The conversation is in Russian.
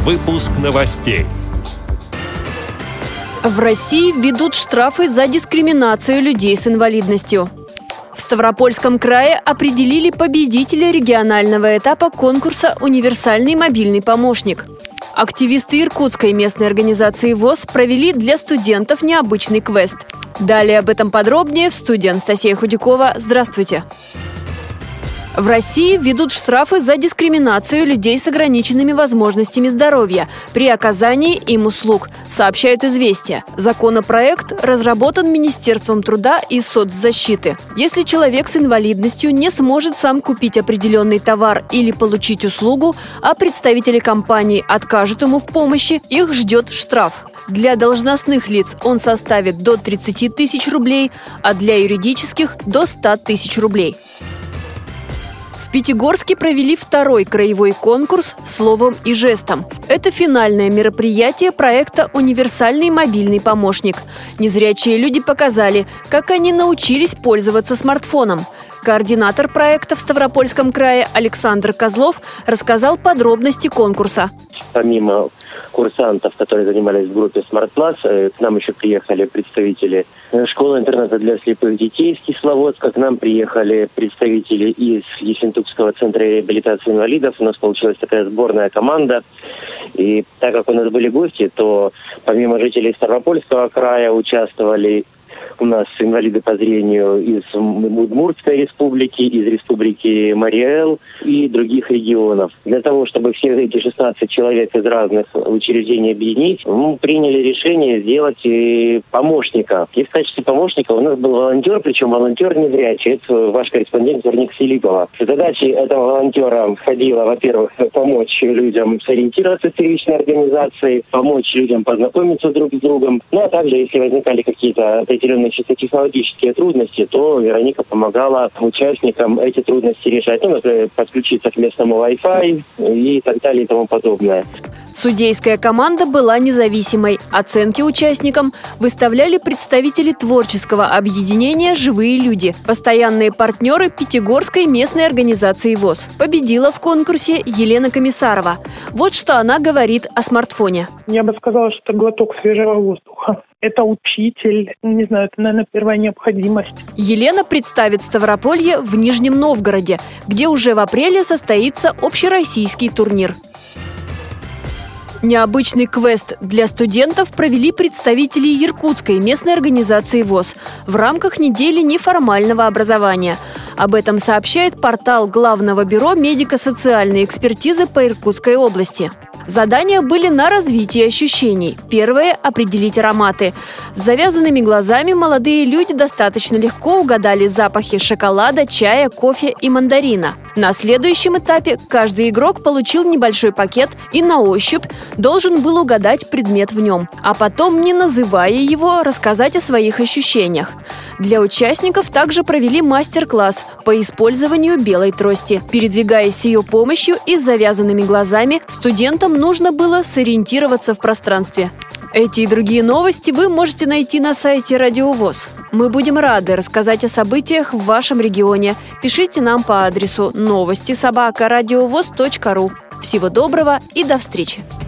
Выпуск новостей. В России введут штрафы за дискриминацию людей с инвалидностью. В Ставропольском крае определили победителя регионального этапа конкурса «Универсальный мобильный помощник». Активисты Иркутской местной организации ВОС провели для студентов необычный квест. Далее об этом подробнее в студии Анастасия Худякова. Здравствуйте! В России введут штрафы за дискриминацию людей с ограниченными возможностями здоровья при оказании им услуг, сообщают «Известия». Законопроект разработан Министерством труда и соцзащиты. Если человек с инвалидностью не сможет сам купить определенный товар или получить услугу, а представители компании откажут ему в помощи, их ждет штраф. Для должностных лиц он составит до 30 тысяч рублей, а для юридических – до 100 тысяч рублей. В Пятигорске провели второй краевой конкурс «Словом и жестом». Это финальное мероприятие проекта «Универсальный мобильный помощник». Незрячие люди показали, как они научились пользоваться смартфоном. Координатор проекта в Ставропольском крае Александр Козлов рассказал подробности конкурса. Помимо курсантов, которые занимались в группе Smart Plus, к нам еще приехали представители школы-интерната для слепых детей из Кисловодска, к нам приехали представители из Ессентукского центра реабилитации инвалидов. У нас получилась такая сборная команда. И так как у нас были гости, то помимо жителей Ставропольского края участвовали у нас инвалиды по зрению из Удмуртской республики, из республики Марий-Эл и других регионов. Для того, чтобы все эти 16 человек из разных учреждений объединить, мы приняли решение сделать помощника. И в качестве помощника у нас был волонтер, причем волонтер незрячий. Это ваш корреспондент Верник Филиппова. Задачей этого волонтера входило, во-первых, помочь людям сориентироваться в первичной организации, помочь людям познакомиться друг с другом. Ну а также, если возникали какие-то определенные чисто технологические трудности, то Вероника помогала участникам эти трудности решать. Ну, например, подключиться к местному Wi-Fi и так далее и тому подобное. Судейская команда была независимой. Оценки участникам выставляли представители творческого объединения «Живые люди», постоянные партнеры Пятигорской местной организации ВОС. Победила в конкурсе Елена Комиссарова. Вот что она говорит о смартфоне. Я бы сказала, что это глоток свежего воздуха. Это учитель, не знаю, это, наверное, первая необходимость. Елена представит Ставрополье в Нижнем Новгороде, где уже в апреле состоится общероссийский турнир. Необычный квест для студентов провели представители Иркутской местной организации ВОС в рамках недели неформального образования. Об этом сообщает портал Главного бюро медико-социальной экспертизы по Иркутской области. Задания были на развитие ощущений. Первое – определить ароматы. С завязанными глазами молодые люди достаточно легко угадали запахи шоколада, чая, кофе и мандарина. На следующем этапе каждый игрок получил небольшой пакет и на ощупь должен был угадать предмет в нем, а потом, не называя его, рассказать о своих ощущениях. Для участников также провели мастер-класс по использованию белой трости. Передвигаясь с ее помощью и с завязанными глазами, студентам нужно было сориентироваться в пространстве. Эти и другие новости вы можете найти на сайте Радио ВОС. Мы будем рады рассказать о событиях в вашем регионе. Пишите нам по адресу новости@радиовос.ру. Всего доброго и до встречи!